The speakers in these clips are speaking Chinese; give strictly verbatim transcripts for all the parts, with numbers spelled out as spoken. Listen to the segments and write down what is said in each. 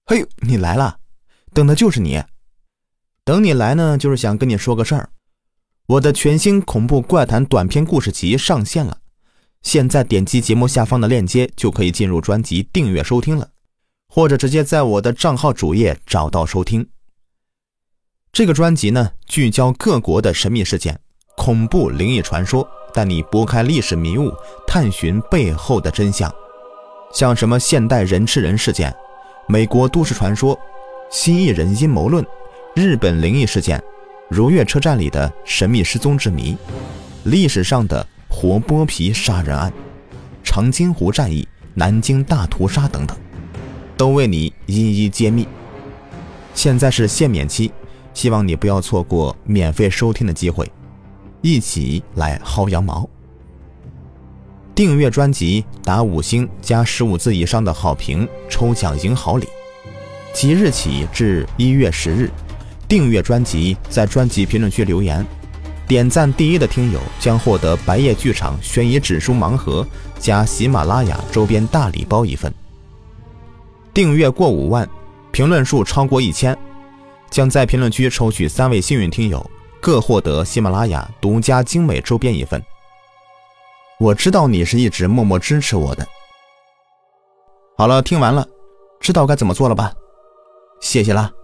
嘿，你来了，等的就是你。等你来呢，就是想跟你说个事儿。我的全新恐怖怪谈短篇故事集上线了，现在点击节目下方的链接就可以进入专辑订阅收听了，或者直接在我的账号主页找到收听。这个专辑呢，聚焦各国的神秘事件、恐怖灵异传说，带你拨开历史迷雾，探寻背后的真相。像什么现代人吃人事件、美国都市传说、蜥蜴人阴谋论、日本灵异事件、如月车站里的神秘失踪之谜、历史上的活剥皮杀人案、长津湖战役、南京大屠杀等等，都为你一一揭秘。现在是限免期，希望你不要错过免费收听的机会，一起来薅羊毛。订阅专辑打五星加十五字以上的好评，抽奖赢好礼。即日起至一月十日，订阅专辑，在专辑评论区留言，点赞第一的听友将获得白夜剧场悬疑指数盲盒加喜马拉雅周边大礼包一份。订阅过五万，评论数超过一千，将在评论区抽取三位幸运听友，各获得喜马拉雅独家精美周边一份。我知道你是一直默默支持我的。好了，听完了，知道该怎么做了吧？谢谢啦。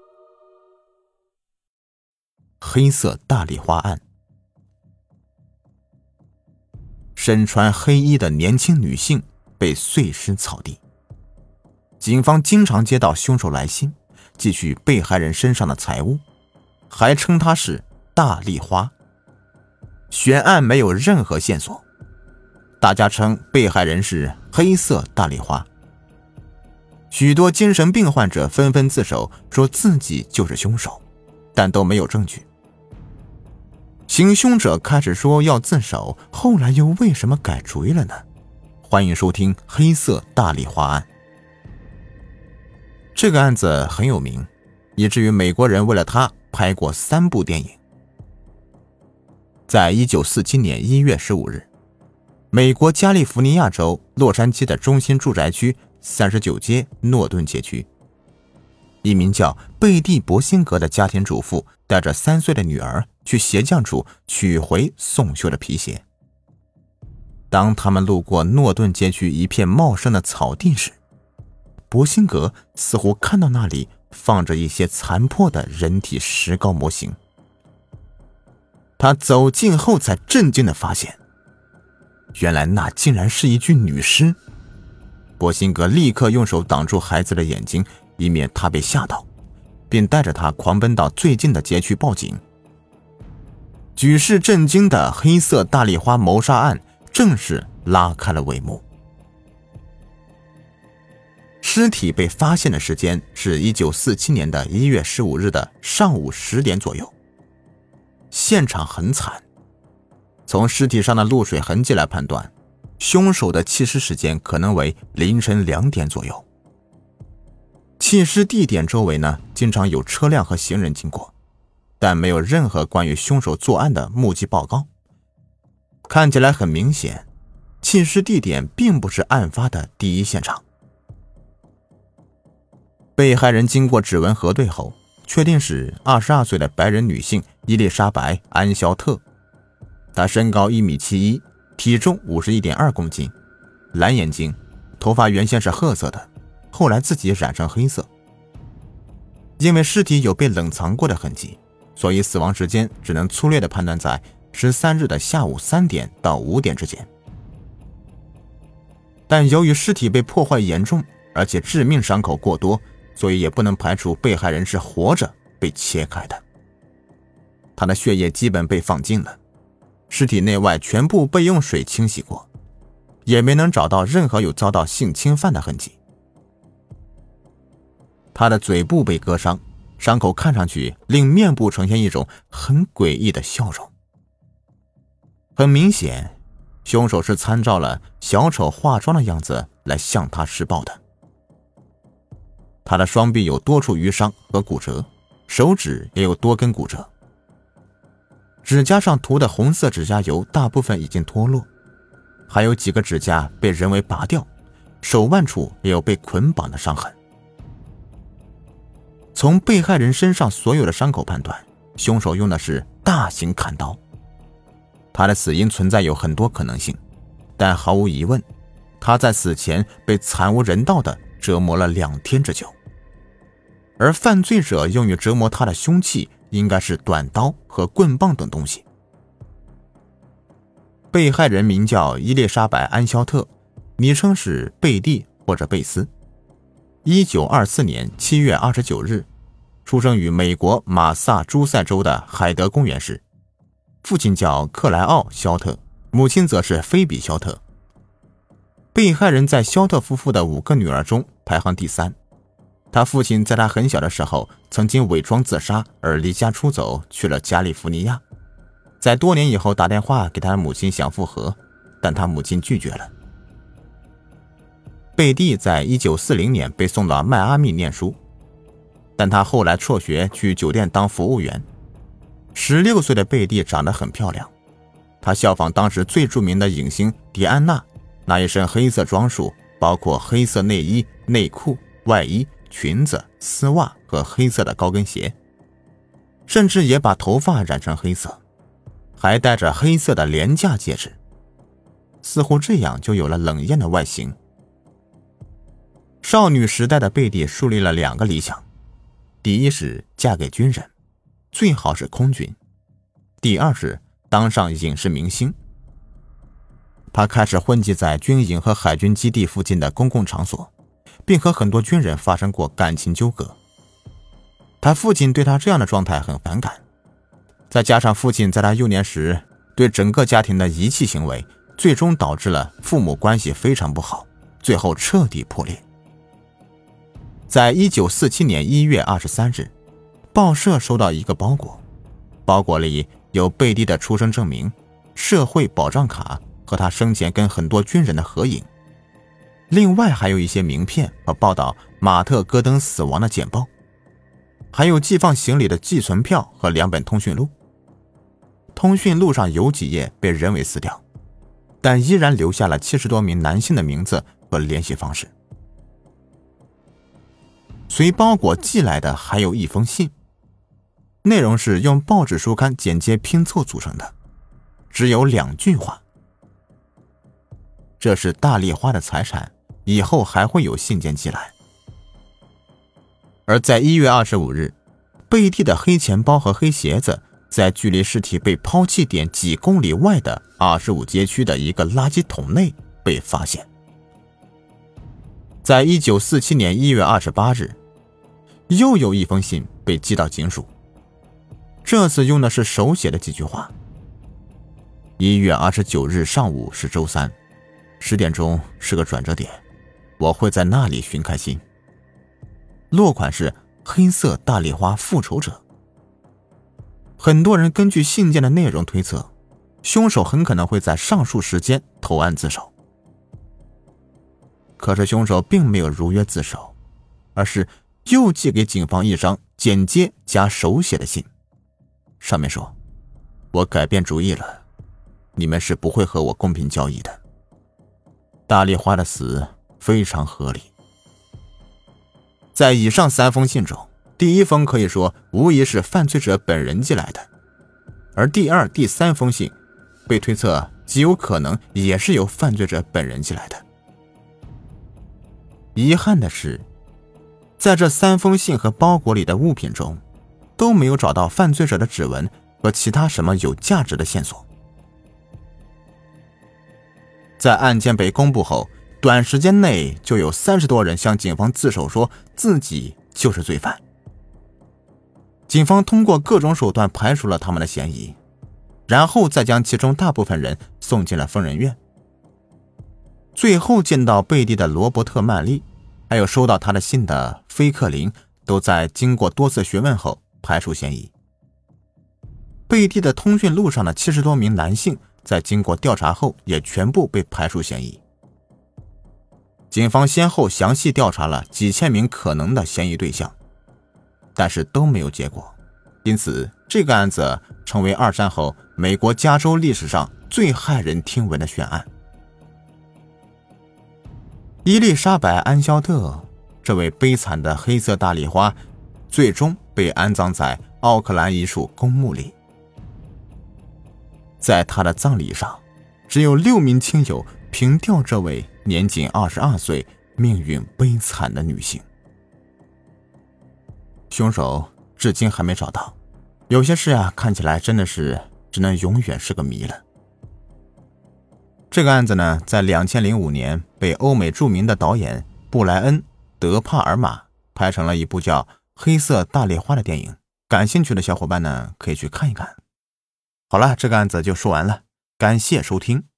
黑色大丽花案，身穿黑衣的年轻女性被碎尸草地。警方经常接到凶手来信，汲取被害人身上的财物，还称她是大丽花。悬案没有任何线索，大家称被害人是黑色大丽花。许多精神病患者纷纷自首，说自己就是凶手，但都没有证据。行凶者开始说要自首，后来又为什么改主意了呢？欢迎收听黑色大丽花案。这个案子很有名，以至于美国人为了它拍过三部电影。在一九四七年一月十五日，美国加利福尼亚州洛杉矶的中心住宅区三十九街诺顿街区，一名叫贝蒂·博辛格的家庭主妇带着三岁的女儿去鞋匠处取回送修的皮鞋。当他们路过诺顿街区一片茂盛的草地时，博辛格似乎看到那里放着一些残破的人体石膏模型。他走近后才震惊地发现，原来那竟然是一具女尸。博辛格立刻用手挡住孩子的眼睛，以免他被吓到，并带着他狂奔到最近的街区报警。举世震惊的黑色大丽花谋杀案正式拉开了帷幕。尸体被发现的时间是一九四七年的一月十五日的上午十点左右。现场很惨，从尸体上的露水痕迹来判断，凶手的弃尸时间可能为凌晨两点左右。弃尸地点周围呢，经常有车辆和行人经过，但没有任何关于凶手作案的目击报告。看起来很明显，弃尸地点并不是案发的第一现场。被害人经过指纹核对后，确定是二十二岁的白人女性伊丽莎白·安肖特。她身高一米七一，体重五十一点二公斤，蓝眼睛，头发原先是褐色的，后来自己染成黑色。因为尸体有被冷藏过的痕迹，所以死亡时间只能粗略地判断在十三日的下午三点到五点之间。但由于尸体被破坏严重，而且致命伤口过多，所以也不能排除被害人是活着被切开的。他的血液基本被放尽了，尸体内外全部被用水清洗过，也没能找到任何有遭到性侵犯的痕迹。他的嘴部被割伤，伤口看上去令面部呈现一种很诡异的笑容。很明显，凶手是参照了小丑化妆的样子来向他施暴的。他的双臂有多处淤伤和骨折，手指也有多根骨折。指甲上涂的红色指甲油大部分已经脱落，还有几个指甲被人为拔掉，手腕处也有被捆绑的伤痕。 从被害人身上所有的伤口判断，凶手用的是大型砍刀。他的死因存在有很多可能性，但毫无疑问，他在死前被惨无人道地折磨了两天之久。而犯罪者用于折磨他的凶器应该是短刀和棍棒等东西。被害人名叫伊丽莎白·安肖特，昵称是贝蒂或者贝斯。一九二四年七月二十九日，出生于美国马萨诸塞州的海德公园市。父亲叫克莱奥·肖特，母亲则是菲比·肖特。被害人在肖特夫妇的五个女儿中排行第三。他父亲在他很小的时候曾经伪装自杀而离家出走，去了加利福尼亚。在多年以后打电话给他的母亲想复合，但他母亲拒绝了。贝蒂在一九四零年被送到迈阿密念书，但他后来辍学去酒店当服务员。十六岁的贝蒂长得很漂亮，她效仿当时最著名的影星迪安娜，那一身黑色装束包括黑色内衣、内裤、外衣、裙子、丝袜和黑色的高跟鞋，甚至也把头发染成黑色，还戴着黑色的廉价戒指，似乎这样就有了冷艳的外形。少女时代的贝蒂树立了两个理想，第一是嫁给军人，最好是空军；第二是当上影视明星。她开始混迹在军营和海军基地附近的公共场所，并和很多军人发生过感情纠葛。他父亲对他这样的状态很反感，再加上父亲在他幼年时对整个家庭的遗弃行为，最终导致了父母关系非常不好，最后彻底破裂。在一九四七年一月二十三日，报社收到一个包裹，包裹里有贝蒂的出生证明、社会保障卡和他生前跟很多军人的合影，另外还有一些名片和报道马特·戈登死亡的简报，还有寄放行李的寄存票和两本通讯录。通讯录上有几页被人为撕掉，但依然留下了七十多名男性的名字和联系方式。随包裹寄来的还有一封信，内容是用报纸书刊剪接拼凑组成的，只有两句话：这是大丽花的财产，以后还会有信件寄来。而在一月二十五日，贝蒂的黑钱包和黑鞋子在距离尸体被抛弃点几公里外的二十五街区的一个垃圾桶内被发现。在一九四七年一月二十八日，又有一封信被寄到警署，这次用的是手写的几句话。一月二十九日上午是周三，十点钟是个转折点，我会在那里寻开心。落款是黑色大丽花复仇者。很多人根据信件的内容推测，凶手很可能会在上述时间投案自首。可是凶手并没有如约自首，而是又寄给警方一张剪接加手写的信，上面说：我改变主意了，你们是不会和我公平交易的。大丽花的死非常合理。在以上三封信中，第一封可以说无疑是犯罪者本人寄来的，而第二、第三封信被推测极有可能也是由犯罪者本人寄来的。遗憾的是，在这三封信和包裹里的物品中，都没有找到犯罪者的指纹和其他什么有价值的线索。在案件被公布后，短时间内就有三十多人向警方自首，说自己就是罪犯。警方通过各种手段排除了他们的嫌疑，然后再将其中大部分人送进了疯人院。最后见到贝蒂的罗伯特·曼利，还有收到他的信的菲克林，都在经过多次询问后排除嫌疑。贝蒂的通讯录上的七十多名男性，在经过调查后也全部被排除嫌疑。警方先后详细调查了几千名可能的嫌疑对象，但是都没有结果，因此这个案子成为二战后美国加州历史上最骇人听闻的悬案。伊丽莎白·安肖特，这位悲惨的黑色大丽花， 最终被安葬在奥克兰一处公墓里。在他的葬礼上，只有六名亲友凭吊这位年仅二十二岁、命运悲惨的女性。凶手至今还没找到，有些事啊，看起来真的是只能永远是个谜了。这个案子呢，在二零零五年被欧美著名的导演布莱恩·德帕尔玛拍成了一部叫《黑色大丽花》的电影，感兴趣的小伙伴呢，可以去看一看。好了，这个案子就说完了，感谢收听。